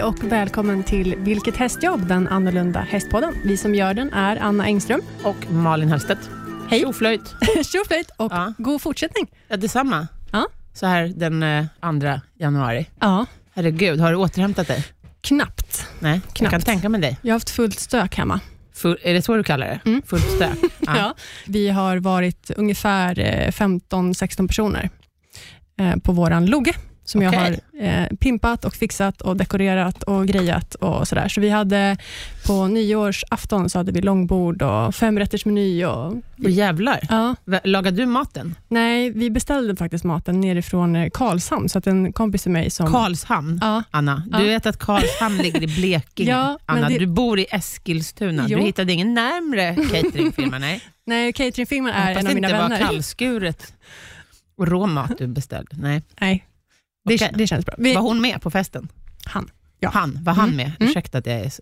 och välkommen till Vilket hästjobb, den annorlunda hästpodden. Vi som gör den är Anna Engström och Malin Hallstedt. Hej. Tjoflöjt. Tjoflöjt och god fortsättning. Ja, detsamma. Ja. Så här den 2 januari. Ja. Herregud, har du återhämtat dig? Knappt. Nej, Knappt. Jag kan tänka med dig. Jag har haft fullt stök hemma. Är det så du kallar det? Mm. Fullt stök? Ja. Vi har varit ungefär 15-16 personer på våran logge. Som jag har pimpat och fixat och dekorerat och grejat och sådär. Så vi hade på nyårsafton så hade vi långbord och 5-rättersmeny och jävlar. Ja. Lagade du maten? Nej, vi beställde faktiskt maten nerifrån Karlshamn. Så att en kompis till mig som... Karlshamn? Ja. Anna, du vet att Karlshamn ligger i Blekinge. Ja, Anna, du bor i Eskilstuna. Jo. Du hittade ingen närmare cateringfirma, nej? Nej, cateringfirman är en av mina vänner. Det var kallskuret och rå mat du beställde. Nej. Det känns bra. Var hon med på festen? Han. Ja. Var han med? Ursäkta att jag är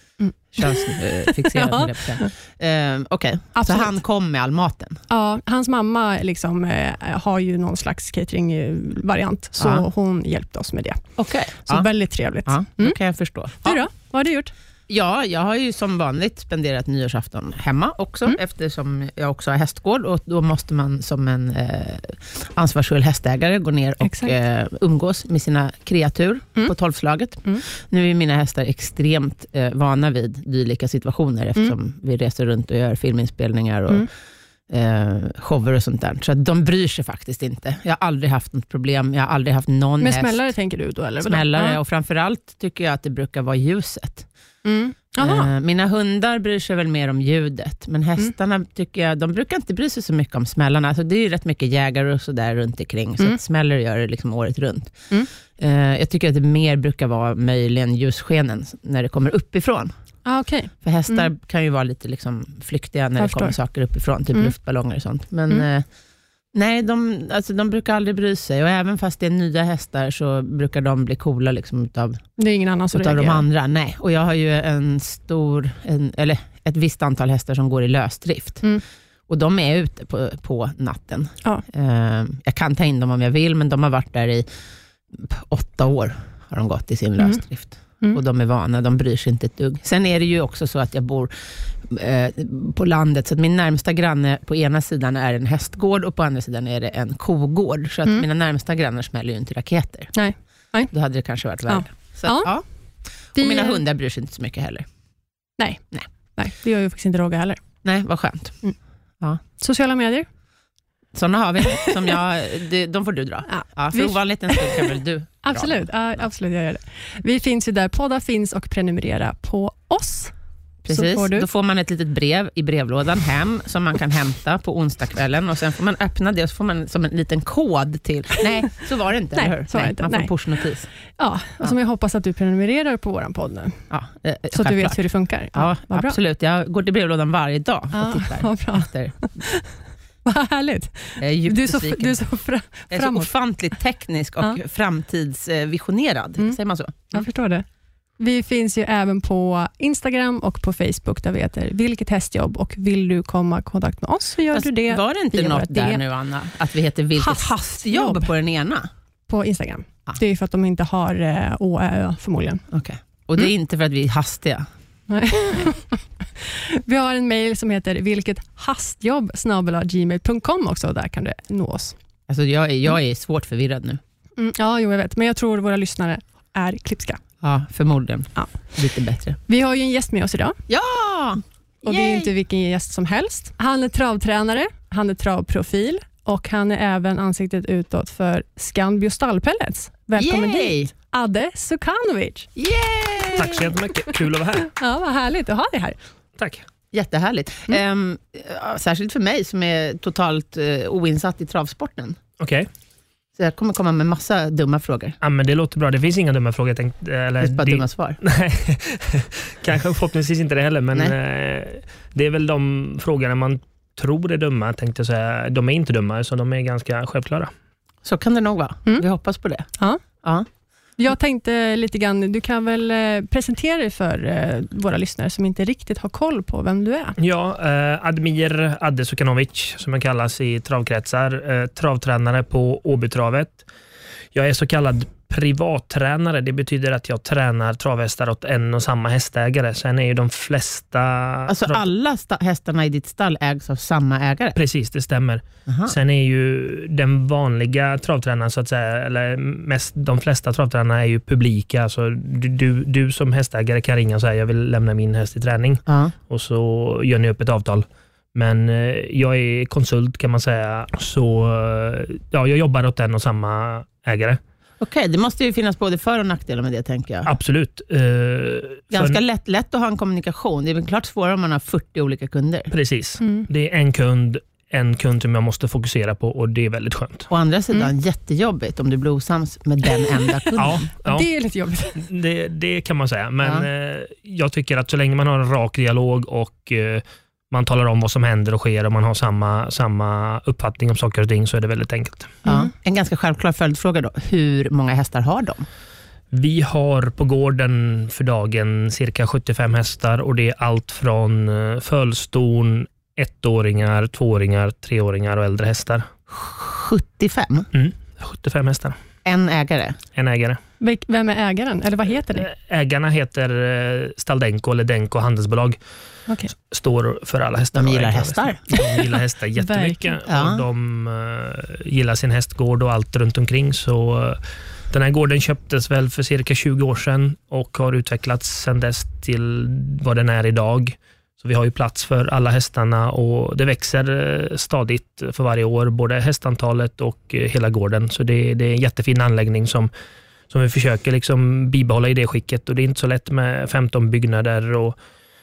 könsfixerad med det. Okej. Så han kom med all maten? Ja, hans mamma liksom, har ju någon slags catering-variant. Så hon hjälpte oss med det. Okej. Så väldigt trevligt. Ja, det kan jag förstå. Du då? Vad har du gjort? Ja, jag har ju som vanligt spenderat nyårsafton hemma också, eftersom jag också har hästgård, och då måste man som en ansvarsfull hästägare gå ner och umgås med sina kreatur på 12-slaget. Nu är mina hästar extremt vana vid dylika situationer eftersom vi reser runt och gör filminspelningar och shower och sånt där. Så att de bryr sig faktiskt inte. Jag har aldrig haft något problem. Jag har aldrig haft någon med häst. Smällare tänker du då? Eller? Smällare, och framförallt tycker jag att det brukar vara ljuset. Mina hundar bryr sig väl mer om ljudet, men hästarna tycker jag, de brukar inte bry sig så mycket om smällarna. Alltså det är ju rätt mycket jägare och så där runt omkring, så att smäller gör det liksom året runt. Jag tycker att det mer brukar vara möjligen ljusskenen när det kommer uppifrån. Okay. För hästar kan ju vara lite liksom flyktiga när det kommer saker uppifrån, typ luftballonger och sånt. Men nej, de brukar aldrig bry sig. Och även fast det är nya hästar så brukar de bli coola liksom utav, det är ingen annan som utav de andra. Nej. Och jag har ju ett visst antal hästar som går i lösdrift. Och de är ute på natten. Ja. Jag kan ta in dem om jag vill, men de har varit där i 8 år har de gått i sin lösdrift. Och de är vana, de bryr sig inte ett dugg. Sen är det ju också så att jag bor på landet, så att min närmsta granne på ena sidan är en hästgård och på andra sidan är det en kogård. Så att mina närmsta grannar smäller ju inte raketer. Nej. Då hade det kanske varit värre. Så att, och mina hundar bryr sig inte så mycket heller. Nej, det gör ju faktiskt inte Roger heller. Nej, vad skönt. Ja. Sociala medier? Sådana har vi. De får du dra. För ovanligt en stund kan väl du absolut, absolut, jag gör det. Vi finns ju där poddar finns, och prenumerera på oss. Precis, då får man ett litet brev i brevlådan hem som man kan hämta på onsdagskvällen, och sen får man öppna det och så får man som en liten kod till. Nej, så var det inte. Nej, eller så var det inte. Man får pushnotis. Ja, och som jag hoppas att du prenumererar på våran podd nu. Ja, så att du vet hur det funkar. Ja, absolut. Bra. Jag går till brevlådan varje dag och tittar. Vad bra. Vad härligt. Du är så jag är så ofantligt teknisk och framtidsvisionerad. Säger man så? Jag förstår det. Vi finns ju även på Instagram och på Facebook där vi heter Vilket hästjobb, och vill du komma i kontakt med oss så gör du det. Var det inte något där nu, Anna, att vi heter Vilket hästjobb på den ena? På Instagram. Det är för att de inte har Ö förmodligen. Okej. Och det är inte för att vi är hastiga? Nej. Vi har en mejl som heter vilkethastjobb@gmail.com också, där kan du nå oss. Alltså jag är svårt förvirrad nu. Ja, jag vet. Men jag tror våra lyssnare är klipska. Ja, förmodligen. Ja. Lite bättre. Vi har ju en gäst med oss idag. Ja! Och det är inte vilken gäst som helst. Han är travtränare, han är travprofil, och han är även ansiktet utåt för Scambio Stallpellets. Välkommen hit, Adde Sukanovic. Yay! Tack så jättemycket, kul att vara här. Ja, vad härligt att ha dig här. Tack. Jättehärligt. Särskilt för mig som är totalt oinsatt i travsporten. Okej. Så jag kommer komma med massa dumma frågor. Ja, men det låter bra. Det finns inga dumma frågor. Det finns bara dumma svar. Nej, kanske förhoppningsvis inte det heller. Men det är väl de frågorna man tror är dumma, tänkte jag säga. De är inte dumma, så de är ganska självklara. Så kan det nog vara. Vi hoppas på det. Ja. Jag tänkte lite grann, du kan väl presentera dig för våra lyssnare som inte riktigt har koll på vem du är. Ja, Admir Adde Sukanovic som jag kallas i travkretsar. Travtränare på Åbytravet. Jag är så kallad privattränare. Det betyder att jag tränar travhästar åt en och samma hästägare. Sen är ju de flesta... Alltså alla hästarna i ditt stall ägs av samma ägare? Precis, det stämmer. Aha. Sen är ju den vanliga travtränaren så att säga, eller de flesta travtränarna är ju publika. Alltså du som hästägare kan ringa och säga jag vill lämna min häst i träning. Och så gör ni upp ett avtal. Men jag är konsult kan man säga. Så ja, jag jobbar åt en och samma ägare. Okej, det måste ju finnas både för- och nackdelar med det, tänker jag. Absolut. Ganska lätt att ha en kommunikation. Det är väl klart svårare om man har 40 olika kunder. Precis. Det är en kund som jag måste fokusera på och det är väldigt skönt. Å andra sidan jättejobbigt om du blir osams med den enda kunden. Ja. Det är lite jobbigt. Det kan man säga. Men jag tycker att så länge man har en rak dialog och man talar om vad som händer och sker och man har samma uppfattning om saker och ting så är det väldigt enkelt. En ganska självklar följdfråga då. Hur många hästar har de? Vi har på gården för dagen cirka 75 hästar och det är allt från fölston, 1-åringar, 2-åringar, 3-åringar och äldre hästar. 75? 75 hästar. En ägare? En ägare. Vem är ägaren? Eller vad heter det? Ägarna heter Staldenko eller Denko handelsbolag. Okay. Står för alla hästar. De gillar hästar. De gillar hästar jättemycket. Och de gillar sin hästgård och allt runt omkring. Så den här gården köptes väl för cirka 20 år sedan och har utvecklats sedan dess till vad den är idag. Så vi har ju plats för alla hästarna och det växer stadigt för varje år, både hästantalet och hela gården. Så det är en jättefin anläggning som vi försöker liksom bibehålla i det skicket. Och det är inte så lätt med 15 byggnader och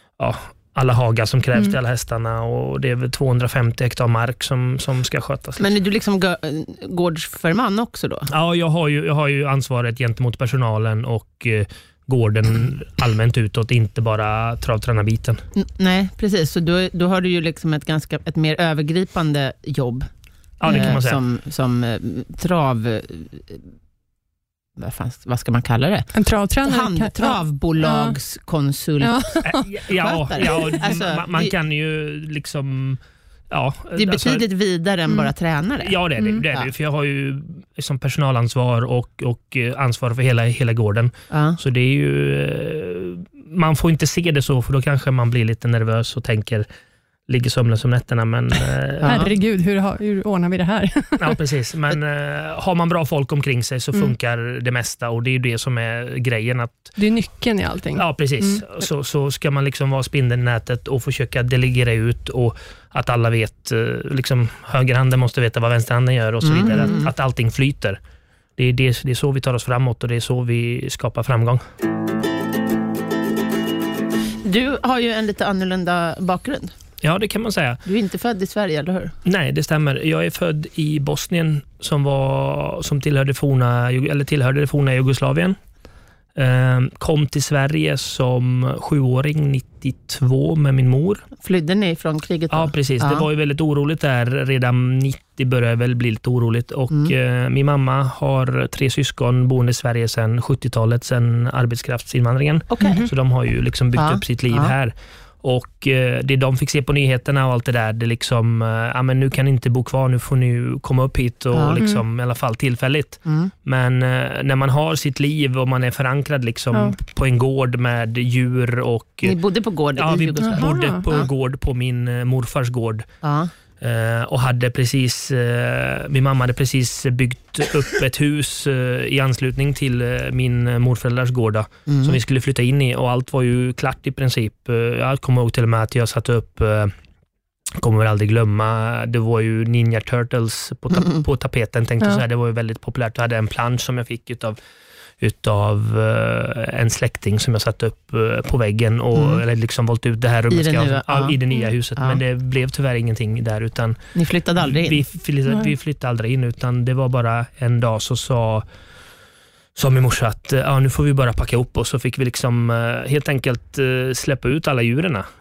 alla hagar som krävs till alla hästarna. Och det är väl 250 hektar mark som ska skötas. Men är du liksom gårdsförman också då? Ja, jag har ju ansvaret gentemot personalen och gården allmänt utåt, inte bara travtränarbiten. Nej, precis. Så då har du ju liksom ett mer övergripande jobb. Ja, det kan man säga. Som trav... Vad ska man kalla det? En travtränare? Travbolagskonsult. Alltså, man kan ju liksom... Ja, det är betydligt vidare än bara tränare. Ja, det är det. För jag har ju som personalansvar och ansvar för hela gården. Så det är ju... Man får inte se det så, för då kanske man blir lite nervös och tänker ligger sömnlös om nätterna. Men, herregud, hur ordnar vi det här? Ja, precis. Men har man bra folk omkring sig så funkar det mesta. Och det är ju det som är grejen. Det är nyckeln i allting. Ja, precis. Så ska man liksom vara spindeln i nätet och försöka delegera ut och att alla vet, liksom högerhanden måste veta vad vänsterhanden gör och så vidare. Att allting flyter. Det är så vi tar oss framåt och det är så vi skapar framgång. Du har ju en lite annorlunda bakgrund. Ja, det kan man säga. Du är inte född i Sverige, eller hur? Nej, det stämmer. Jag är född i Bosnien som tillhörde det forna Jugoslavien. Kom till Sverige som 7-åring 92 med min mor. Flydde ni från kriget då? Ja, precis. Det var ju väldigt oroligt där. Redan 90 började väl bli lite oroligt. Och min mamma har 3 syskon boende i Sverige sedan 70-talet, sedan arbetskraftsinvandringen. Så de har ju liksom byggt upp sitt liv här. Och det de fick se på nyheterna och allt det där, det liksom, men nu kan ni inte bo kvar, nu får ni komma upp hit och liksom, i alla fall tillfälligt. Men när man har sitt liv och man är förankrad liksom på en gård med djur och... Ni bodde på gård? Ja, vi bodde på gård, på min morfars gård. Och hade precis min mamma hade precis byggt upp ett hus i anslutning till min morföräldrars gård som vi skulle flytta in i, och allt var ju klart i princip. Jag kommer ihåg till och med att jag satte upp, kommer väl aldrig glömma, det var ju Ninja Turtles på tapeten, tänkte jag säga. Det var ju väldigt populärt. Jag hade en plansch som jag fick utav en släkting som jag satt upp på väggen och liksom valt ut det här rummet i det nya huset. Men det blev tyvärr ingenting där, utan ni flyttade aldrig in? Vi flyttade aldrig in, utan det var bara en dag så sa min morsa att nu får vi bara packa upp, och så fick vi liksom helt enkelt släppa ut alla djuren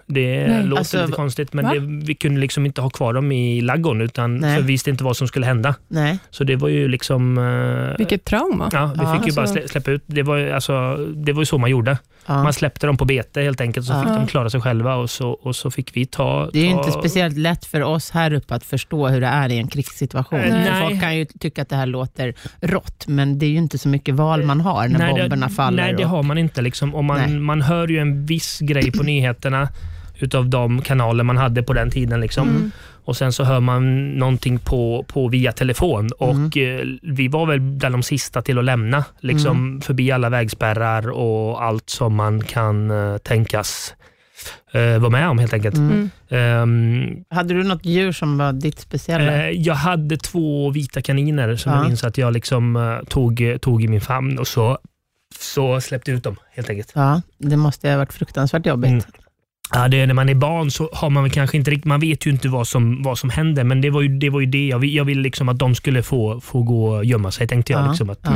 Det låter lite konstigt, men vi kunde liksom inte ha kvar dem i ladugården utan för vi visste inte vad som skulle hända. Nej. Så det var ju liksom... Vilket trauma. Ja, vi fick ju bara släppa ut. Det var ju så man gjorde. Ja. Man släppte dem på bete helt enkelt, så fick de klara sig själva och så fick vi ta... Det är ju inte speciellt lätt för oss här uppe att förstå hur det är i en krigssituation. Folk kan ju tycka att det här låter rått, men det är ju inte så mycket val man har när bomberna faller. Nej, det har man inte. Liksom. Och man hör ju en viss grej på nyheterna utav de kanaler man hade på den tiden. Liksom. Och sen så hör man någonting på via telefon. Och vi var väl bland de sista till att lämna. Liksom, förbi alla vägspärrar och allt som man kan tänkas vara med om helt enkelt. Hade du något djur som var ditt speciella? Jag hade 2 vita kaniner som jag minns att jag liksom tog i min famn och så släppte ut dem helt enkelt. Ja, det måste ha varit fruktansvärt jobbigt. Ja, när man är barn så har man väl kanske inte riktigt, man vet ju inte vad som händer, men det var ju det jag ville liksom att de skulle få gå och gömma sig, tänkte jag liksom att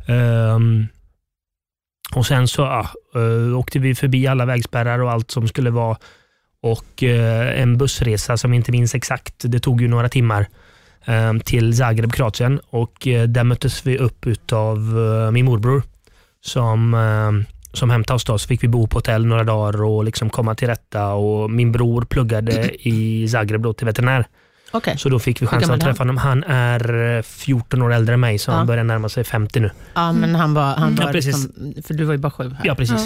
och sen så åkte vi förbi alla vägspärrar och allt som skulle vara, och en bussresa som inte minns exakt, det tog ju några timmar till Zagreb, Kroatien, och där möttes vi upp utav min morbror som hämtade oss då. Så fick vi bo på hotell några dagar och liksom komma till rätta, och min bror pluggade i Zagreb då till veterinär. Okay. Så då fick vi chansen att träffa honom. Han är 14 år äldre än mig, så han börjar närma sig 50 nu. Ja, men han var liksom, för du var ju bara 7 här. Ja, precis.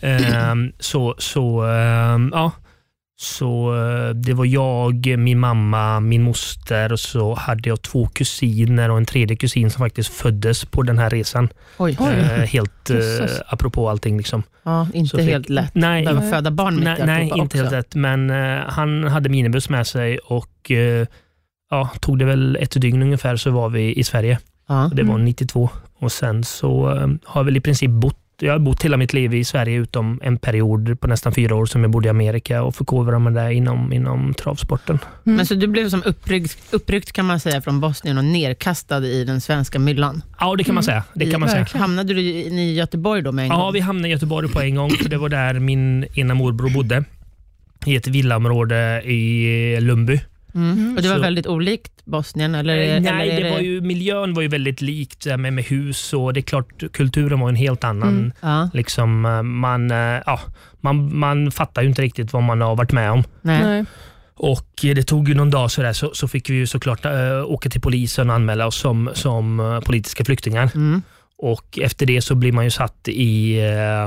Så det var jag, min mamma, min moster, och så hade jag 2 kusiner och en tredje kusin som faktiskt föddes på den här resan. Oj. Helt apropå allting liksom. Ja, inte helt lätt. Nej, behöva föda barn mitt i nej, inte helt lätt. Men han hade minibuss med sig och tog det väl 1 dygn ungefär så var vi i Sverige. Det var 92. Och sen så har väl i princip jag har bott hela mitt liv i Sverige utom en period på nästan 4 år som jag bodde i Amerika och förkovrade mig där inom travsporten. Men så du blev som uppryckt kan man säga från Bosnien och nerkastad i den svenska myllan? Ja, det kan man säga. Hamnade du i Göteborg då med en gång? Ja, vi hamnade i Göteborg på en gång, för det var där min ena morbror bodde. I ett villaområde i Lundby. Och det var väldigt olikt Bosnien? Eller, miljön var ju väldigt likt med hus, och det är klart kulturen var en helt annan. Liksom, man fattar ju inte riktigt vad man har varit med om. Nej. Och det tog ju någon dag så fick vi ju såklart åka till polisen och anmäla oss som politiska flyktingar. Och efter det så blir man ju satt i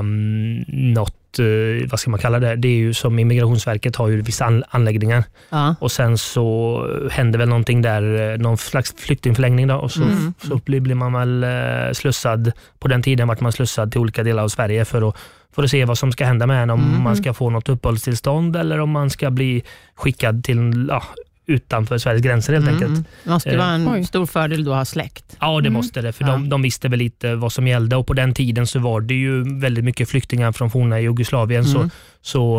något, vad ska man kalla det? Det är ju som Immigrationsverket har ju vissa anläggningar. Och sen så hände väl någonting där, någon slags flyktingförlängning då, och så blir man väl slussad. På den tiden vart man slussad till olika delar av Sverige för att se vad som ska hända med en, om man ska få något uppehållstillstånd eller om man ska bli skickad till utanför Sveriges gränser helt enkelt. Det måste vara en stor fördel då att ha släkt. Ja, det måste det, för de visste väl lite vad som gällde, och på den tiden så var det ju väldigt mycket flyktingar från forna Jugoslavien, så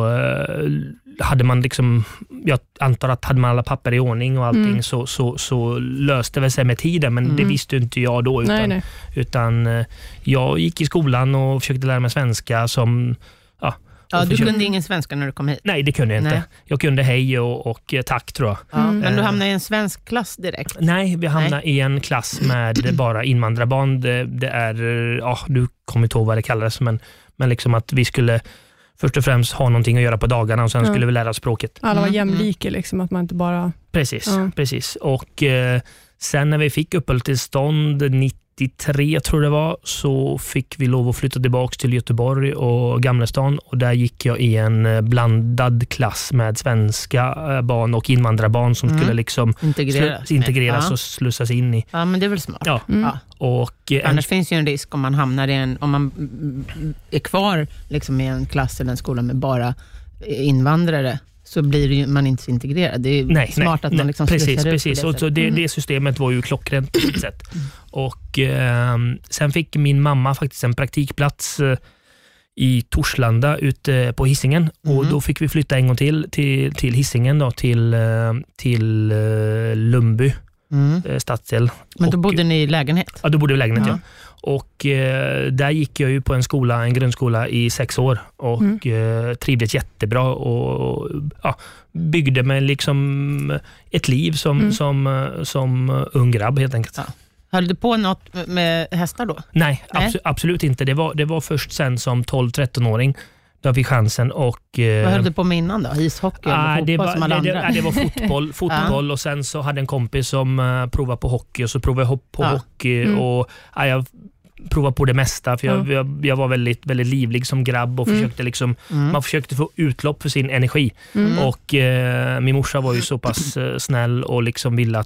hade man liksom, jag antar att hade man alla papper i ordning och allting så löste det sig med tiden, men det visste inte jag då, utan jag gick i skolan och försökte lära mig svenska som du kunde ingen svenska när du kom hit? Nej, det kunde jag inte. Jag kunde hej och tack, tror jag. Men du hamnade i en svensk klass direkt? Nej, vi hamnade i en klass med bara invandrarbarn. Det är, du kommer inte ihåg vad det kallades, men liksom att vi skulle först och främst ha någonting att göra på dagarna, och sen skulle vi lära språket. Alla var jämlika, liksom, att man inte bara... Precis. Och sen när vi fick uppehållstillstånd 93 tror det var, så fick vi lov att flytta tillbaka till Göteborg och Gamlestan, och där gick jag i en blandad klass med svenska barn och invandrarbarn som skulle liksom integreras och slussas in i. Ja, men det är väl smart. Och annars finns ju en risk om man hamnar om man är kvar liksom i en klass eller en skola med bara invandrare, så blir man inte så integrerad. Det är smart att man liksom precis. Så det systemet var ju klockrent på ett sätt. Och sen fick min mamma faktiskt en praktikplats i Torslanda ute på Hisingen, och då fick vi flytta en gång till Hisingen då, till Lundby. stadsdel. Men då bodde ni i lägenhet? Ja, då bodde vi i lägenhet, ja. Och där gick jag ju på en grundskola i 6 år och trivdes jättebra och byggde mig liksom ett liv som ung grabb helt enkelt. Ja. Höll du på något med hästar då? Nej, absolut inte. Det var först sen som 12-13-åring då fick chansen. Och vad höll du på med innan då? Ishockey eller fotboll som alla andra? Det var fotboll och sen så hade en kompis som provade på hockey och så provade jag på hockey och jag provade på det mesta för jag var väldigt, väldigt livlig som grabb och försökte liksom, man försökte få utlopp för sin energi och min morsa var ju så pass snäll och liksom ville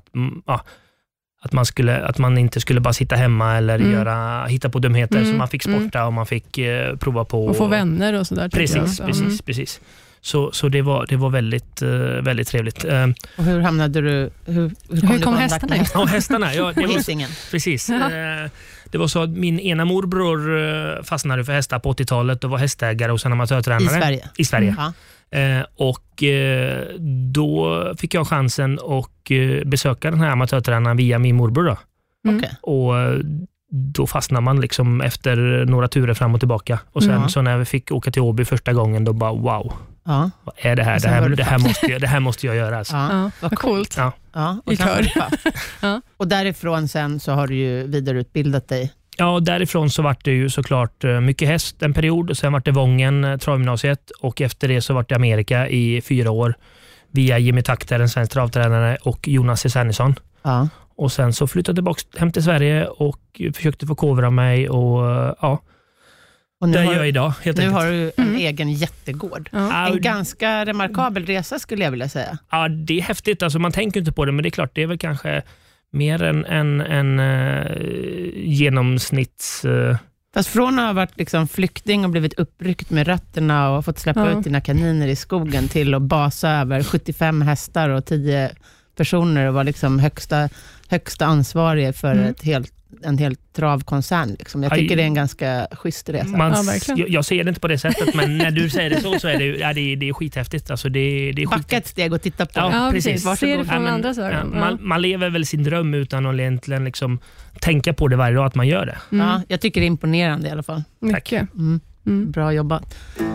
att man inte skulle bara sitta hemma eller hitta på dumheter, så man fick sporta och man fick prova på och få vänner och sådär. Precis. Så det var väldigt, väldigt trevligt. Och hur hamnade du? Hur kom hästarna? Ja, hästarna. Ja, det var, precis. Det var så att min ena morbror fastnade för hästar på 80-talet och var hästägare och sen amatörtränare. I Sverige? Och då fick jag chansen att besöka den här amatörtränaren via min morbror då. Och då fastnar man liksom efter några turer fram och tillbaka. Och sen så när vi fick åka till Åby första gången, då bara wow. Ja. Vad är det här? Det här måste jag göra. Alltså. Ja, vad coolt. Ja. Och, och därifrån sen så har du ju vidareutbildat dig. Ja, därifrån så var det ju såklart mycket häst en period. Och sen var det Vången, travgymnasiet. Och efter det så var det Amerika i 4 år. Via Jimmy Takter, en svensk travtränare, och Jonas Cesarnisson. Ja. Och sen så flyttade jag tillbaka hem till Sverige och försökte förkovra mig och det gör jag idag. Nu har du en egen jättegård. Ja. En ganska remarkabel resa skulle jag vilja säga. Ja, det är häftigt. Alltså, man tänker inte på det, men det är klart, det är väl kanske mer än genomsnitts... Fast från att ha varit liksom flykting och blivit uppryckt med rötterna och fått släppa ut dina kaniner i skogen till att basa över 75 hästar och 10 personer och vara liksom högsta ansvarig för en hel travkoncern. Liksom. Jag tycker det är en ganska schysst resa. Jag ser det inte på det sättet, men när du säger det så är det är skithäftigt. Alltså det är backa ett steg och titta på det. Ja, precis. Se det från andra ögon. Man lever väl sin dröm utan att egentligen liksom tänka på det varje dag att man gör det. Ja, jag tycker det är imponerande i alla fall. Tack. Bra jobbat.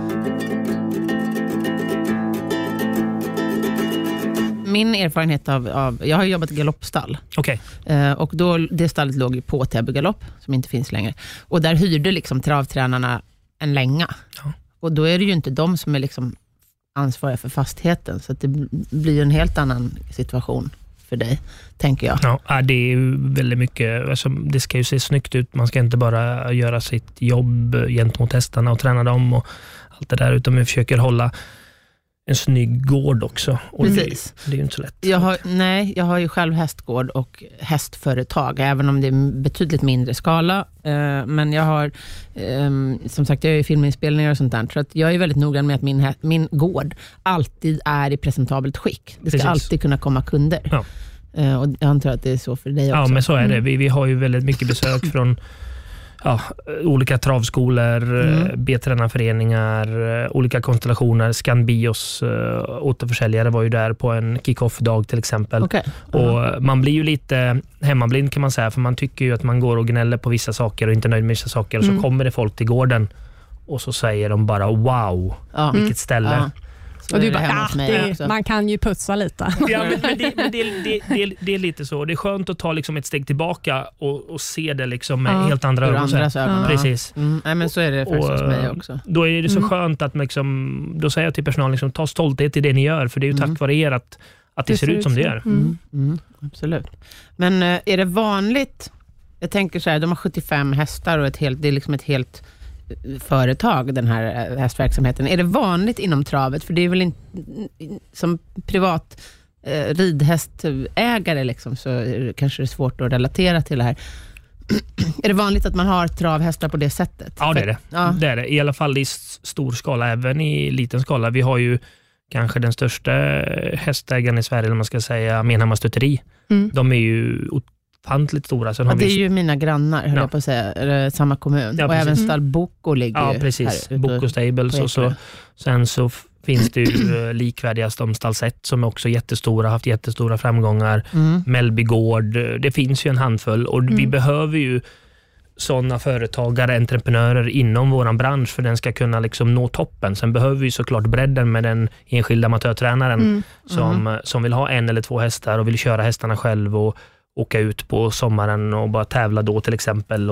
Min erfarenhet av jag har jobbat i galoppstall. Okay. Och då, det stallet låg ju på Täby galopp, som inte finns längre. Och där hyrde liksom travtränarna en länga. Ja. Och då är det ju inte de som är liksom ansvariga för fastigheten. Så att det blir en helt annan situation för dig, tänker jag. Ja, det är ju väldigt mycket. Alltså, det ska ju se snyggt ut. Man ska inte bara göra sitt jobb gentemot hästarna och träna dem och allt det där, utan vi försöker hålla en snygg gård också. Och precis. Det är ju inte så lätt. Jag har ju själv hästgård och hästföretag, även om det är betydligt mindre skala. Men jag har, som sagt, jag är filminspelningar och sånt där. Så att jag är väldigt noggrann med att min gård alltid är i presentabelt skick. Det ska alltid kunna komma kunder. Ja. Och jag antar att det är så för dig också. Ja, men så är det. Vi har ju väldigt mycket besök från olika travskolor, B-tränarföreningar, olika konstellationer. Scanbios återförsäljare var ju där på en kick-off-dag till exempel. Okay. Och man blir ju lite hemmablind kan man säga, för man tycker ju att man går och gnäller på vissa saker och inte är nöjd med vissa saker. Och så kommer det folk till gården och så säger de bara wow, vilket ställe. Ja. Och du bara, man kan ju putsa lite. Ja, men det är lite så. Det är skönt att ta liksom ett steg tillbaka och se det liksom med helt andra ögon. Precis. Nej, men så är det faktiskt hos mig också. Då är det så skönt att liksom, då säger jag till personalen liksom, ta stolthet i det ni gör, för det är ju tack vare er att det ser ut som det gör. Absolut. Men är det vanligt, jag tänker så här, de har 75 hästar och det är liksom ett helt företag, den här hästverksamheten. Är det vanligt inom travet? För det är väl inte som privat ridhästägare liksom, så kanske det är svårt att relatera till det här. Är det vanligt att man har travhästar på det sättet? Ja, det är det. Ja. Det är det. I alla fall i stor skala, även i liten skala. Vi har ju kanske den största hästägaren i Sverige, eller man ska säga, Menhammar Stutteri. De är ju ofantligt stora. Sen det är ju mina grannar, höll jag på att säga, samma kommun. Ja, och även stall Boko ligger ju precis. här Boko Stables. Och så, sen så finns det ju likvärdiga som Stallset som är också jättestora, haft jättestora framgångar. Mellby Gård, det finns ju en handfull. Och vi behöver ju sådana företagare, entreprenörer inom våran bransch för den ska kunna liksom nå toppen. Sen behöver vi såklart bredden med den enskilda amatörtränaren som vill ha 1 eller 2 hästar och vill köra hästarna själv och åka ut på sommaren och bara tävla då till exempel.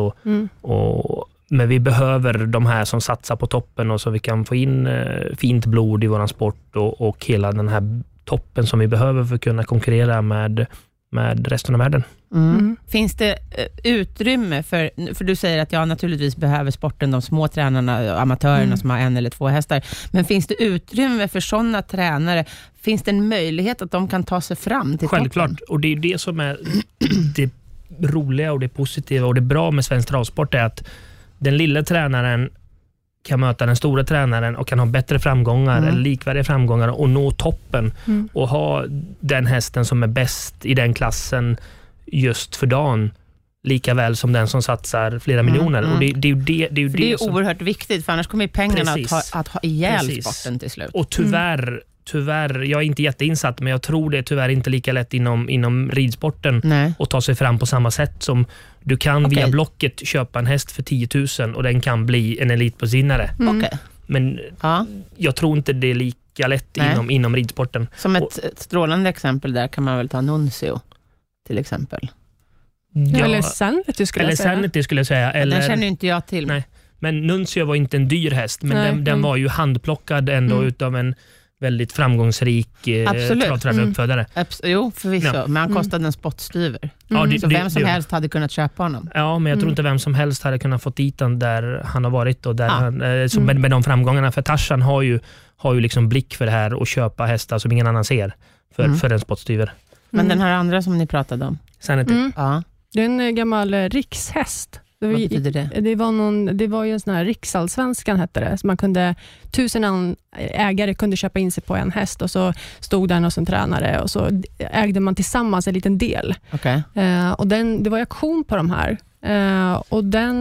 Men vi behöver de här som satsar på toppen och så vi kan få in fint blod i våran sport och hela den här toppen som vi behöver för att kunna konkurrera med resten av världen. Finns det utrymme för du säger att jag naturligtvis behöver sporten, de små tränarna, amatörerna som har 1 eller 2 hästar, men finns det utrymme för sådana tränare? Finns det en möjlighet att de kan ta sig fram till Självklart, toppen? och det är det som är det roliga och det positiva och det bra med svensk travsport är att den lilla tränaren kan möta den stora tränaren och kan ha bättre framgångar eller likvärdiga framgångar och nå toppen och ha den hästen som är bäst i den klassen just för dagen lika väl som den som satsar flera miljoner. Och det är som oerhört viktigt, för annars kommer pengarna att ha ihjäl sporten till slut. Och tyvärr, jag är inte jätteinsatt, men jag tror det är tyvärr inte lika lätt inom ridsporten att ta sig fram på samma sätt som du kan via Blocket köpa en häst för 10 000 och den kan bli en elitpositionare. Men jag tror inte det är lika lätt inom ridsporten. Som ett strålande exempel där kan man väl ta Nuncio till exempel. Ja, eller Sanity skulle jag säga. Eller, den känner inte jag till. Nej. Men Nuncio var inte en dyr häst, men den var ju handplockad ändå utav en väldigt framgångsrik travtränaruppfödare. Jo, förvisso. Men han kostade en spottstyver. Så vem som helst hade kunnat köpa honom. Ja, men jag tror inte vem som helst hade kunnat få dit den där han har varit och där med de framgångarna. För Tarzan har ju liksom blick för det här och köpa hästar som ingen annan ser för en spottstyver. Men den här andra som ni pratade om? Sanity. Det är en gammal rikshäst. Vad betyder det? Det var ju en sån här riksallsvenskan hette det. Så man kunde 1000 ägare kunde köpa in sig på en häst och så stod den hos en tränare och så ägde man tillsammans en liten del. Och det var auktion på de här. Och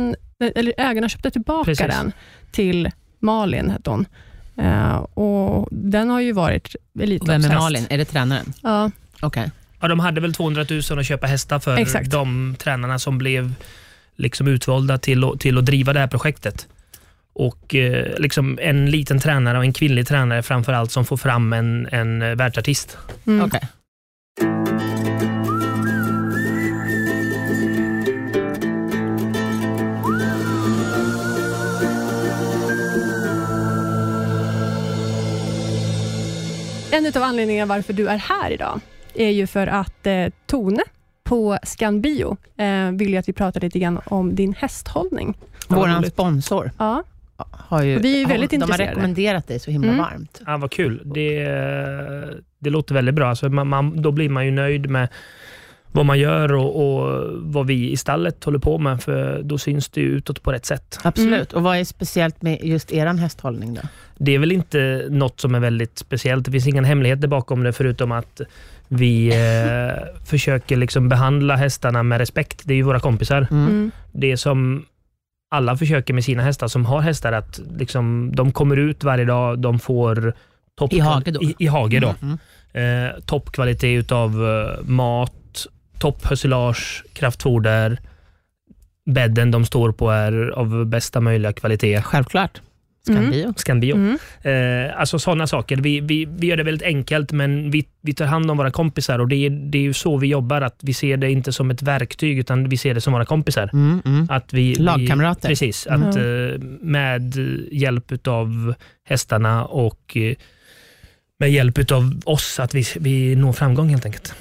ägarna köpte tillbaka den till Malin hette hon. Och den har ju varit elitloppshäst. Vem är Malin? Är det tränaren? Ja. Ja, de hade väl 200 000 att köpa hästar för de tränarna som blev liksom utvalda till att driva det här projektet. Och liksom en liten tränare och en kvinnlig tränare framförallt som får fram en världsartist. En av anledningarna varför du är här idag är ju för att Tone på Scanbio vill ju att vi pratar lite grann om din hästhållning. Våran sponsor. Ja. Har ju, vi är väldigt intresserade. De har rekommenderat dig så himla varmt. Ja, vad kul. Det låter väldigt bra. Alltså då blir man ju nöjd med vad man gör och vad vi i stallet håller på med, för då syns det utåt på rätt sätt. Absolut. Och vad är speciellt med just eran hästhållning då? Det är väl inte något som är väldigt speciellt. Det finns ingen hemligheter bakom det förutom att vi försöker liksom behandla hästarna med respekt. Det är ju våra kompisar. Det som alla försöker med sina hästar som har hästar, att liksom, de kommer ut varje dag, de får i hage då. Toppkvalitet utav mat, topphösilage, kraftfoder, bädden de står på är av bästa möjliga kvalitet. Självklart. Scanbio. Alltså sådana saker. Vi gör det väldigt enkelt, men vi tar hand om våra kompisar, och det är ju så vi jobbar, att vi ser det inte som ett verktyg utan vi ser det som våra kompisar. Att lagkamrater. Precis. Att med hjälp utav hästarna och med hjälp av oss att vi når framgång helt enkelt.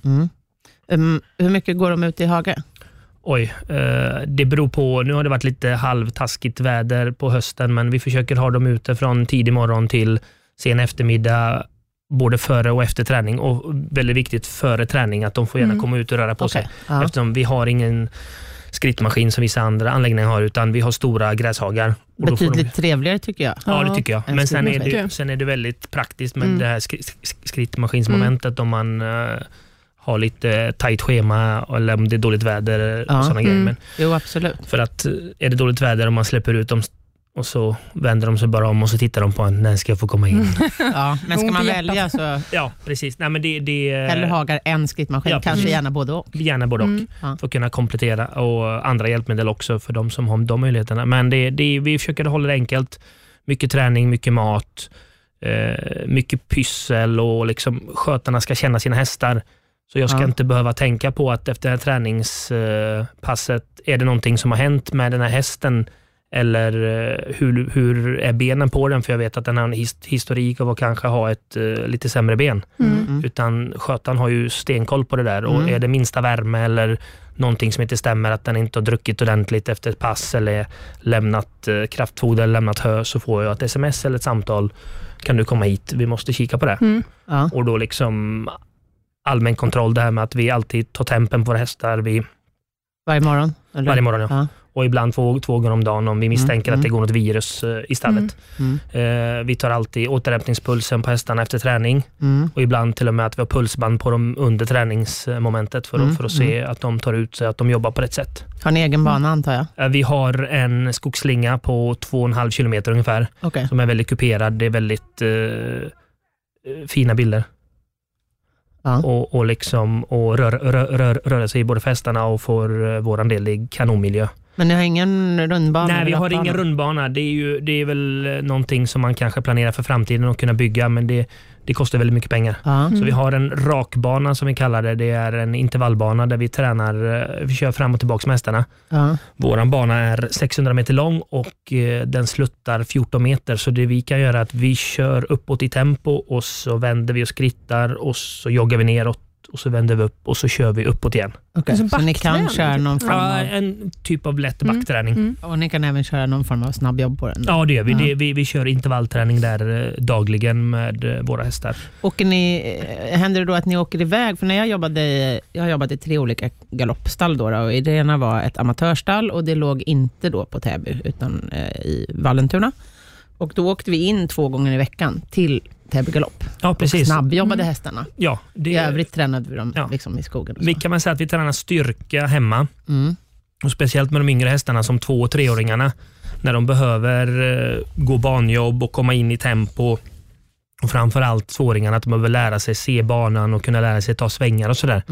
Hur mycket går de ut i hage? Oj, det beror på. Nu har det varit lite halvtaskigt väder på hösten, men vi försöker ha dem ute från tidig morgon till sen eftermiddag, både före och efter träning, och väldigt viktigt före träning att de får gärna komma ut och röra på sig. Eftersom vi har ingen skrittmaskin som vissa andra anläggningar har, utan vi har stora gräshagar. Och betydligt trevligare tycker jag. Ja, det tycker jag. Men sen är det väldigt praktiskt med det här skrittmaskinsmomentet om man ha lite tajt schema eller om det är dåligt väder och sådana grejer. Men jo, absolut. För att är det dåligt väder och man släpper ut dem och så vänder de sig bara om och så tittar de på när ska jag få komma in. Ja, men ska man välja så... Ja, precis. Nej, men det eller hagar en skrittmaskin, kanske gärna både och. Gärna både och. För att kunna komplettera och andra hjälpmedel också för de som har de möjligheterna. Men vi försöker hålla det enkelt. Mycket träning, mycket mat, mycket pyssel och liksom skötarna ska känna sina hästar. Så jag ska inte behöva tänka på att efter det här träningspasset är det någonting som har hänt med den här hästen eller hur är benen på den, för jag vet att den har en historik av att kanske ha ett lite sämre ben. Utan skötaren har ju stenkoll på det där och är det minsta värme eller någonting som inte stämmer, att den inte har druckit ordentligt efter ett pass eller lämnat kraftfoder eller lämnat hö, så får jag ett sms eller ett samtal, kan du komma hit, vi måste kika på det. Och då liksom allmän kontroll, det här med att vi alltid tar tempen på hästar varje morgon? Eller? Varje morgon, ja. Och ibland två gånger om dagen om vi misstänker att det går något virus i stallet. Vi tar alltid återhämtningspulsen på hästarna efter träning. Och ibland till och med att vi har pulsband på dem under träningsmomentet för att se att de tar ut sig, att de jobbar på rätt sätt. Har ni egen bana antar jag? Vi har en skogsslinga på 2,5 kilometer ungefär. Som är väldigt kuperad. Det är väldigt fina bilder. Och liksom röra sig i både fästarna och för våran del i kanonmiljö. Men ni har ingen rundbana? Nej, vi har ingen rundbana. Det är väl någonting som man kanske planerar för framtiden att kunna bygga, men det kostar väldigt mycket pengar. Så vi har en rakbana som vi kallar det. Det är en intervallbana där vi tränar, vi kör fram och tillbaka med hästarna. Våran bana är 600 meter lång och den sluttar 14 meter. Så det vi kan göra är att vi kör uppåt i tempo och så vänder vi och skrittar och så joggar vi neråt och så vänder vi upp och så kör vi uppåt igen. Så ni kan köra någon form av... en typ av lätt backträning. Och ni kan även köra någon form av snabbjobb på den? Ja, det gör vi. Vi kör intervallträning där dagligen med våra hästar. Händer det då att ni åker iväg? För när jag har jobbat i 3 olika galoppstall då, och det ena var ett amatörstall och det låg inte då på Täby utan i Vallentuna. Och då åkte vi in 2 gånger i veckan till Täby galopp. Ja, precis. Och snabbjobbade hästarna. Ja, I övrigt tränade vi dem liksom i skogen. Vi kan man säga att vi tränar styrka hemma. Och speciellt med de yngre hästarna som 2- och 3-åringarna. När de behöver gå banjobb och komma in i tempo. Och framförallt 2-åringarna, att de behöver lära sig se banan och kunna lära sig ta svängar och sådär.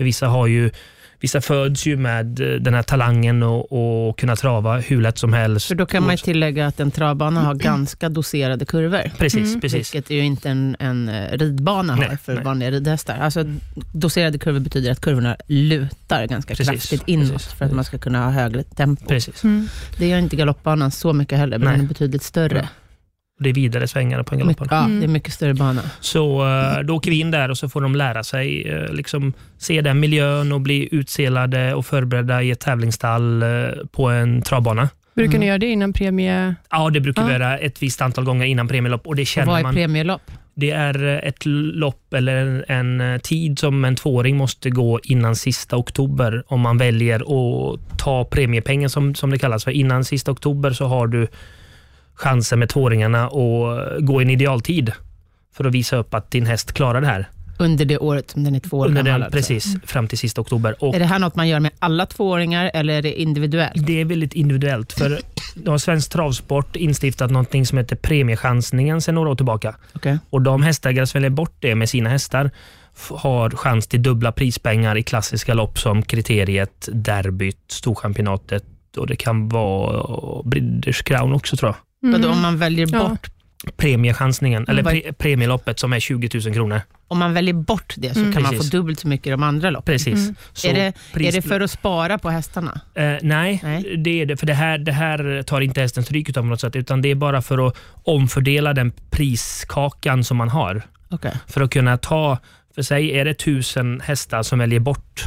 För vissa föds ju med den här talangen och kunna trava hur lätt som helst. För då kan man ju tillägga att en travbana har ganska doserade kurvor. Precis. Vilket är ju inte en ridbana har för vanliga ridhästar. Alltså doserade kurvor betyder att kurvorna lutar ganska kraftigt inåt för att man ska kunna ha högre tempo. Precis. Det gör inte galoppbanan så mycket heller, men den är betydligt större. Ja. Det är vidare svängar på en galoppbana. Ja, det är mycket större bana. Så då åker vi in där och så får de lära sig liksom se den miljön och bli utselade och förberedda i ett tävlingsstall på en travbana. Brukar ni göra det innan premie? Ja, det brukar vi göra ett visst antal gånger innan premielopp. Och det känner vad är premielopp? Det är ett lopp eller en tid som en 2-åring måste gå innan sista oktober om man väljer att ta premiepengen som det kallas. För innan sista oktober så har du chansen med 2-åringarna att gå en idealtid för att visa upp att din häst klarar det här. Under det året som den är 2 år gammal? Precis, fram till sista oktober. Och är det här något man gör med alla 2-åringar eller är det individuellt? Det är väldigt individuellt, för då har Svensk Travsport instiftat någonting som heter premiechansningen sedan några år tillbaka. Och de hästägare som väljer bort det med sina hästar har chans till dubbla prispengar i klassiska lopp som kriteriet, derbyt, storchampionatet och det kan vara British Crown också, tror jag. Då om man väljer bort premiechansningen eller premieloppet som är 20 000 kronor. Om man väljer bort det så kan man få dubbelt så mycket i de andra loppen. Precis. Så är det för att spara på hästarna? Nej, det är det. För det här tar inte hästen stryk utav på något sätt, utan det är bara för att omfördela den priskakan som man har. För att kunna ta, för sig är det 1000 hästar som väljer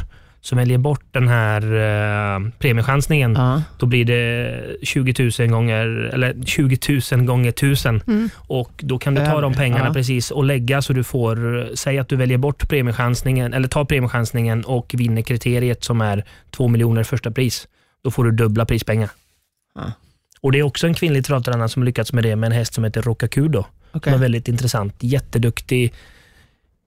bort den här premiechansningen, då blir det 20 000 gånger eller 20 000 gånger 1000 och då kan du ta de pengarna precis och lägga så du får, säg att du väljer bort premiechansningen eller tar premiechansningen och vinner kriteriet som är 2 miljoner första pris, då får du dubbla prispengar. Och det är också en kvinnlig travtränare som lyckats med det med en häst som heter Rokakudo. Som är väldigt intressant, jätteduktig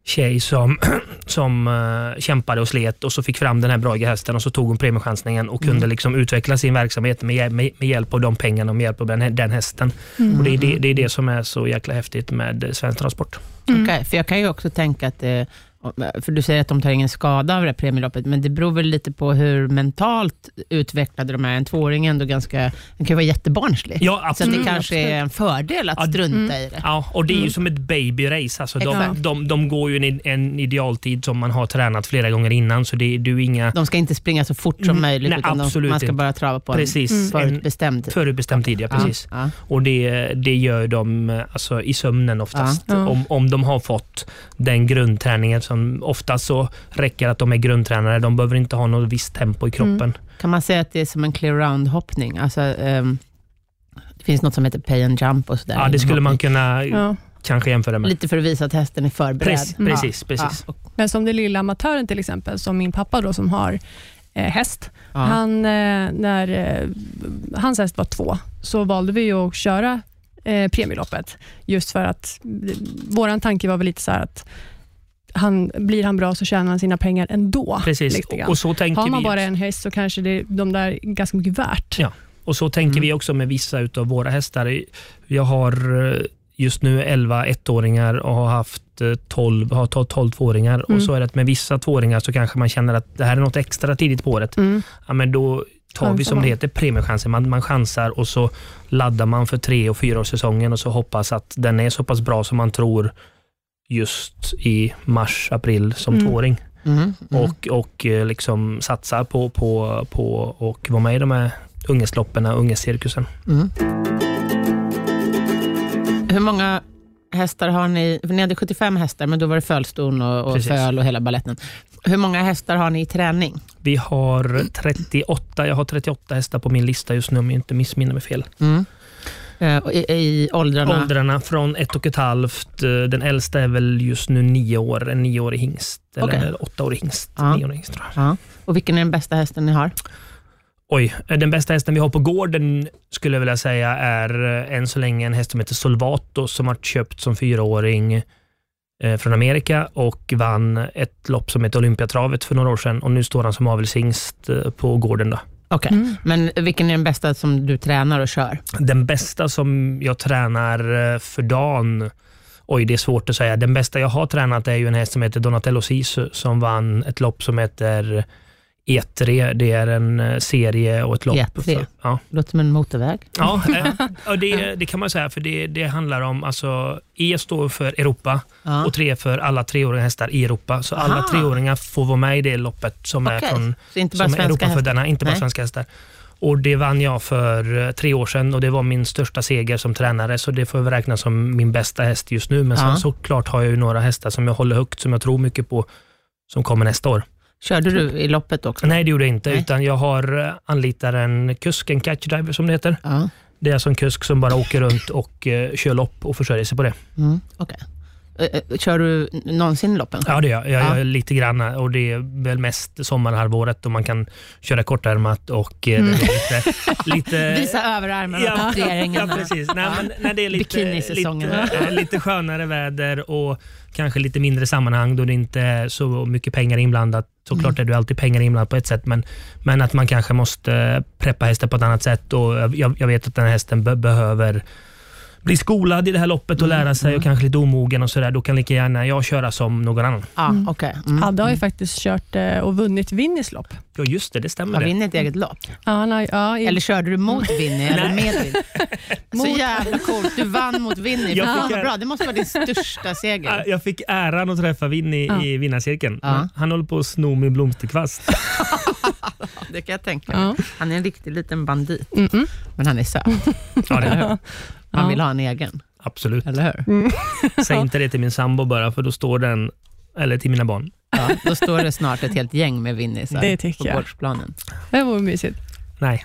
tjej som kämpade och slet och så fick fram den här bra hästen och så tog hon premiechansningen och kunde liksom utveckla sin verksamhet med hjälp av de pengarna och med hjälp av den hästen. Och det är det som är så jäkla häftigt med Svensk Travsport. Okej, för jag kan ju också tänka att för du säger att de tar ingen skada av det här premieloppet, men det beror väl lite på hur mentalt utvecklade de är. En tvååring ändå den kan ju vara jättebarnslig. Ja, absolut. Så det kanske är en fördel att strunta i det. Ja, och det är ju som ett babyrace. Alltså de går ju en idealtid som man har tränat flera gånger innan, så det är inga... De ska inte springa så fort som möjligt, nej, utan man ska bara trava på precis, en förutbestämd tid. Ja, precis. Ja. Och det gör de alltså, i sömnen oftast. Ja. Om de har fått den grundträningen som oftast så räcker att de är grundtränare. De behöver inte ha något visst tempo i kroppen. Kan man säga att det är som en clear round hoppning? Alltså, det finns något som heter pay and jump och sådär. Ja, det skulle man kunna kanske jämföra med. Lite för att visa att hästen är förberedd. Precis. Ja. Men som det lilla amatören till exempel, som min pappa då som har häst. Han, när hans häst var 2 så valde vi ju att köra premieloppet. Just för att våran tanke var väl lite så här att blir han bra så tjänar han sina pengar ändå. Precis, och så tänker har man vi bara en häst så kanske de där är ganska mycket värt. Ja, och så tänker vi också med vissa utav våra hästar. Jag har just nu 11 ettåringar och har haft 12 tvååringar. Och så är det att med vissa tvååringar så kanske man känner att det här är något extra tidigt på året. Ja, men då tar vi som det heter premiechanser. Man chansar och så laddar man för 3- och 4-årssäsongen och så hoppas att den är så pass bra som man tror just i mars, april som tvååring. Och liksom satsar på och vara med i de här ungestloppen, ungecirkusen. Hur många hästar har ni? För ni hade 75 hästar, men då var det fölston och föl och hela balletten. Hur många hästar har ni i träning? Vi har 38. Jag har 38 hästar på min lista just nu om jag inte missminner mig fel. I åldrarna? Åldrarna från 1,5. Den äldsta är väl just nu 9 år. En 9-årig hingst. Eller 8-årig hingst. 9-årig hingst tror jag. Och vilken är den bästa hästen ni har? Oj, den bästa hästen vi har på gården skulle jag vilja säga är än så länge en häst som heter Solvato som har köpt som 4-åring från Amerika och vann ett lopp som heter Olympiatravet för några år sedan och nu står han som avelshingst på gården då. Okej. Men vilken är den bästa som du tränar och kör? Den bästa som jag tränar för dagen, det är svårt att säga. Den bästa jag har tränat är ju en häst som heter Donatello Sisu som vann ett lopp som heter E3. Det är en serie och ett lopp. E3? Låter som en motorväg. Ja, det kan man säga, för det handlar om, alltså E står för Europa och 3 för alla 3-åriga hästar i Europa. Så alla 3-åringar får vara med i det loppet som är från Europa för denna, inte bara svenska hästar. Och det vann jag för 3 år sedan och det var min största seger som tränare, så det får jag räkna som min bästa häst just nu. Men sen såklart har jag ju några hästar som jag håller högt, som jag tror mycket på, som kommer nästa år. Körde du i loppet också? Nej, det gjorde jag inte. Utan jag har anlitat en kusk, en catchdriver som det heter. Det är alltså en kusk som bara åker runt och kör lopp och försörjer sig på det. Okej. Kör du någonsin loppen? Ja, det gör jag. Lite grann. Och det är väl mest sommarhalvåret då man kan köra kortärmat och lite visa överarmarna på regeringen. Ja, precis. När det är lite skönare väder och kanske lite mindre sammanhang då det inte är så mycket pengar inblandat. Såklart är det alltid pengar inblandat på ett sätt, men att man kanske måste preppa hästen på ett annat sätt, och jag vet att den här hästen behöver bli skolad i det här loppet och lära sig och kanske lite omogen och sådär. Då kan lika gärna jag köra som någon annan. Adde har ju faktiskt kört och vunnit Vinnys lopp. Ja, just det stämmer. Har Vinny ett eget lopp? Eller körde du mot Vinny eller med Vinny? Så jävla coolt, du vann mot Vinny. Bra, det måste vara din största seger. Jag fick äran att träffa Vinny i vinnarcirkeln. Han håller på att sno min blomsterkvast. Det kan jag tänka. Han är en riktig liten bandit. Men han är söt. Ja, det är. Man vill ha en egen. Absolut. Eller hur? Säg inte det till min sambo bara, för då står den, eller till mina barn. Ja, då står det snart ett helt gäng med Vinny på gårdsplanen. Det var mysigt. Nej.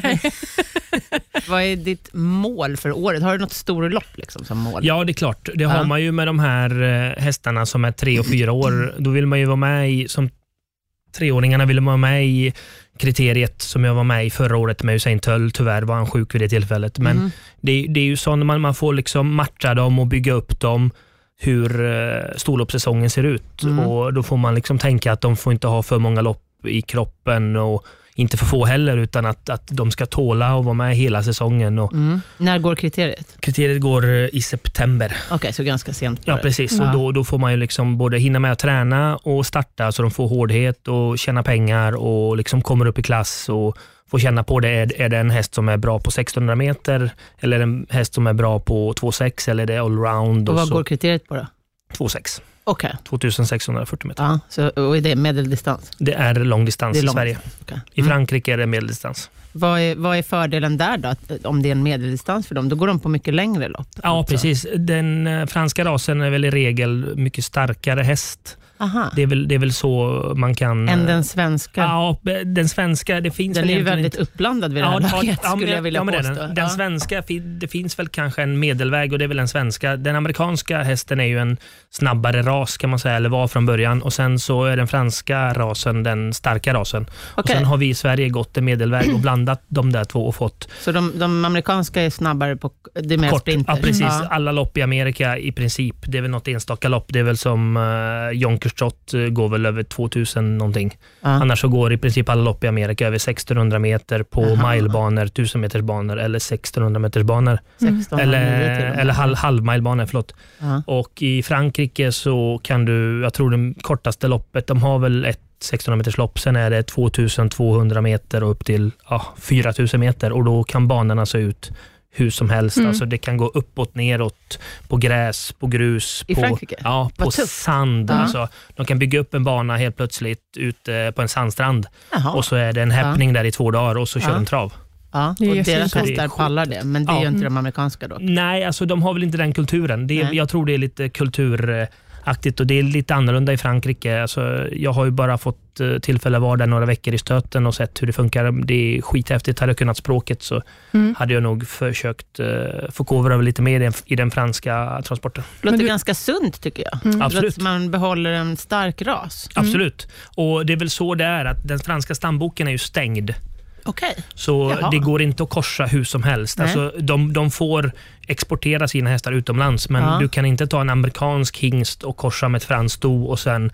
Vad är ditt mål för året? Har du något stort lopp liksom som mål? Ja, det är klart. Det har man ju med de här hästarna som är 3 och 4 år. Då vill man ju vara med i, som 3-åringarna ville vara med i kriteriet som jag var med i förra året med Usain Töll. Tyvärr var han sjuk vid det tillfället. Men det är ju så när man får liksom matcha dem och bygga upp dem. hur storloppssäsongen ser ut. Och då får man liksom tänka att de får inte ha för många lopp i kroppen och inte för få heller, utan att de ska tåla och vara med hela säsongen. Och När går kriteriet? Kriteriet går i september. Okej, så ganska sent. Ja, precis. Och då får man ju liksom både hinna med att träna och starta, så de får hårdhet och tjäna pengar och liksom kommer upp i klass och får känna på det. Är det en häst som är bra på 1600 meter eller en häst som är bra på 2,6 eller är det allround? Och vad går kriteriet på då? 2,6. Okay. 2640 meter. Ja, och är det medeldistans? Det är långdistans i Sverige. Okay. I Frankrike är det medeldistans. Vad är fördelen där då? Om det är en medeldistans för dem, då går de på mycket längre lopp. Ja, precis. Den franska rasen är väl i regel mycket starkare häst. Aha. Det är väl så man kan... Än den svenska? Ja, den svenska, det finns den väl är ju väldigt inte uppblandad vid det här laget, skulle jag vilja påstå. Den svenska, det finns väl kanske en medelväg och det är väl den svenska. Den amerikanska hästen är ju en snabbare ras kan man säga, eller var från början. Och sen så är den franska rasen den starka rasen. Okay. Och sen har vi i Sverige gått en medelväg och blandat de där två och fått... Så de amerikanska är snabbare på det mer sprinter? Ja, precis. Ja. Alla lopp i Amerika i princip. Det är väl något enstaka lopp. Det är väl som Jonkerstrott går väl över 2000 någonting. Annars så går i princip alla lopp i Amerika över 1600 meter på milebanor, 1000 meters banor eller 1600 meters banor. Eller halvmilebanor, förlåt. Och i Frankrike så kan du, jag tror det kortaste loppet, de har väl ett 1600 meters lopp, sen är det 2200 meter och upp till 4000 meter och då kan banorna se ut hur som helst. Alltså det kan gå uppåt, neråt, på gräs, på grus, i Frankrike? Ja, på sand. Alltså, de kan bygga upp en bana helt plötsligt ute på en sandstrand. Och så är det en häppning där i 2 dagar och så kör de trav. Ja, och deras hästar pallar det, men det är ju inte de amerikanska då. Nej, alltså de har väl inte den kulturen. Jag tror det är lite kulturaktigt och det är lite annorlunda i Frankrike. Alltså, jag har ju bara fått tillfälle att vara där några veckor i stöten och sett hur det funkar. Det är skithäftigt. Hade jag kunnat språket så hade jag nog försökt förkovra över lite mer i den franska transporten. Det låter ganska sunt tycker jag. Absolut. Att man behåller en stark ras. Absolut. Och det är väl så det är att den franska stamboken är ju stängd. Okay. Så det går inte att korsa hur som helst. Alltså, de får exportera sina hästar utomlands, men du kan inte ta en amerikansk hingst och korsa med ett franskt sto och sen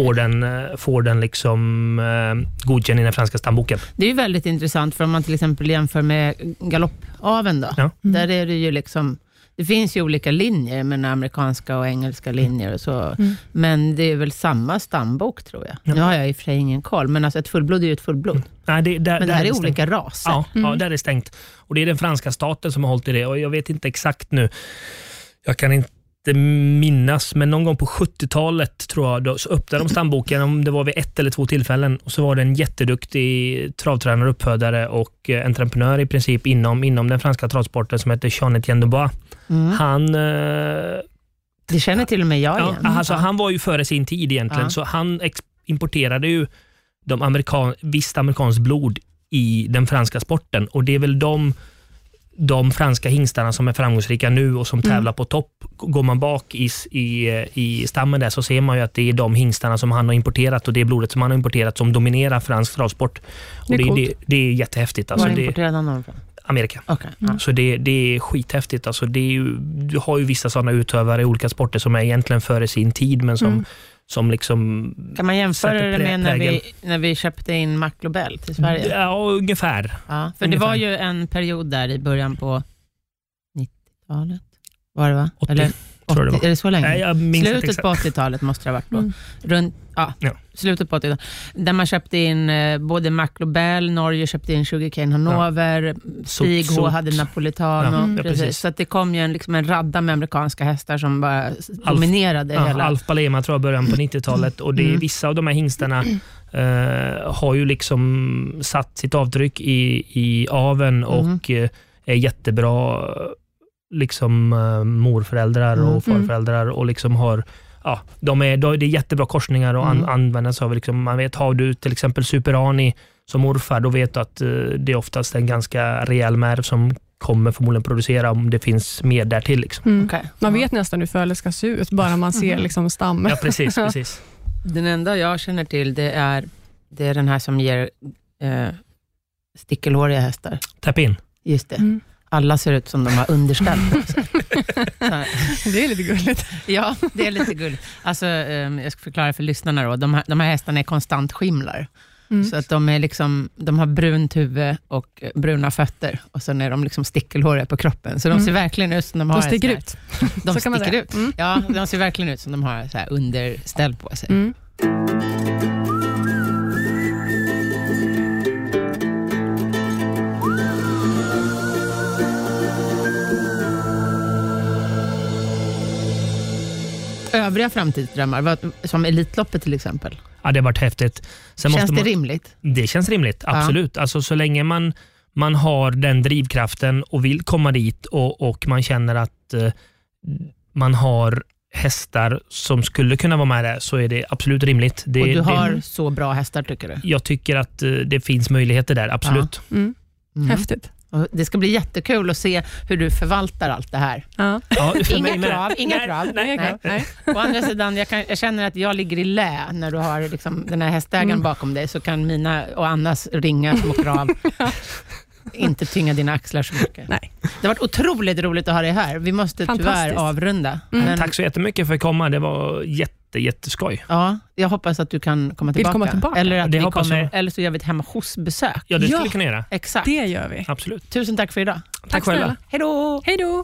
får den liksom godkänd i den franska stamboken. Det är ju väldigt intressant, för om man till exempel jämför med galoppaven då. Där är det ju liksom, det finns ju olika linjer med amerikanska och engelska linjer och så. Men det är väl samma stambok tror jag. Nu har jag i och för sig ingen koll, men alltså ett fullblod är ju ett fullblod. Nej, men det här är olika raser. Ja, där är det stängt. Och det är den franska staten som har hållit i det. Och jag vet inte exakt nu. Jag kan inte minnas, men någon gång på 70-talet tror jag, då så öppnade de stamboken, om det var vid 1 eller 2 tillfällen, och så var det en jätteduktig travtränare, uppfödare och entreprenör i princip inom den franska travsporten som heter Jean-Etienne Dubois. Han det känner till och med jag igen. Alltså, han var ju före sin tid egentligen, så han importerade ju visst amerikanskt blod i den franska sporten, och det är väl de franska hingstarna som är framgångsrika nu och som tävlar på topp. Går man bak i stammen där så ser man ju att det är de hingstarna som han har importerat och det blodet som han har importerat som dominerar fransk travsport. Och det är jättehäftigt. Alltså, var importerade han från? Amerika. Okay. Så det är skithäftigt. Alltså, du har ju vissa sådana utövare i olika sporter som är egentligen före sin tid, men som liksom... Kan man jämföra det med när vi köpte in Mac Lobel till Sverige? Ja, ungefär. Ja, för det var ju en period där i början på 90-talet. Var det va? 80, eller 80, tror det var. Är det så länge? Nej, jag minns slutet på 80-talet måste det ha varit då. Slutet på 80-talet. Där man köpte in både Mac Lobel, Norge köpte in Sugarcane Hanover, Stig H hade Napolitano. Precis. Så att det kom ju en radda med amerikanska hästar som bara dominerade hela. Alf Palema tror jag början på 90-talet, och det är vissa av de här hingstarna har ju liksom satt sitt avtryck i aveln och är jättebra liksom morföräldrar och farföräldrar och liksom har det är jättebra korsningar och användas av liksom, man vet, har du till exempel Superani som morfar, då vet du att det är oftast en ganska rejäl märv som kommer förmodligen producera om det finns mer där till liksom. Okay. Man vet nästan hur fölet ska se ut bara man ser liksom stammen. Ja, precis. Den enda jag känner till det är den här som ger stickelhåriga hästar. Tappin. Just det. Alla ser ut som de har underställ på sig. Det är lite gulligt. Ja, det är lite gulligt. Alltså, jag ska förklara för lyssnarna då. De här hästarna är konstant skimlar. Så att de är liksom, de har brunt huvud och bruna fötter. Och sen är de liksom stickelhåriga på kroppen. Så de ser verkligen ut som de har... De sticker ut. De sticker ut. Ja, de ser verkligen ut som de har så här underställ på sig. Övriga framtidsdrömmar, som Elitloppet till exempel? Ja, det har varit häftigt. Känns det rimligt? Det känns rimligt, absolut. Ja. Alltså, så länge man har den drivkraften och vill komma dit och man känner att man har hästar som skulle kunna vara med där, så är det absolut rimligt. Och du har så bra hästar, tycker du? Jag tycker att det finns möjligheter där, absolut. Ja. Häftigt. Och det ska bli jättekul att se hur du förvaltar allt det här. Ja. Inga krav. Nej. Å andra sidan, jag känner att jag ligger i lä när du har liksom den här hästägaren bakom dig, så kan mina och Annas ringa små krav inte tynga dina axlar så mycket. Nej. Det har varit otroligt roligt att ha dig här. Vi måste tyvärr avrunda. Men... Tack så jättemycket för att komma. Det var jätteskoj. Ja, jag hoppas att du kan komma tillbaka. Eller att eller så gör vi ett hemma hos-besök. Ja, det skulle vi kunna göra. Exakt. Det gör vi. Absolut. Tusen tack för idag. Tack själva. Hej då. Hej då.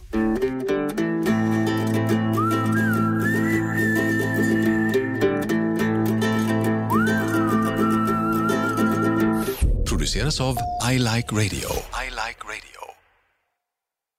Produceras av I Like Radio.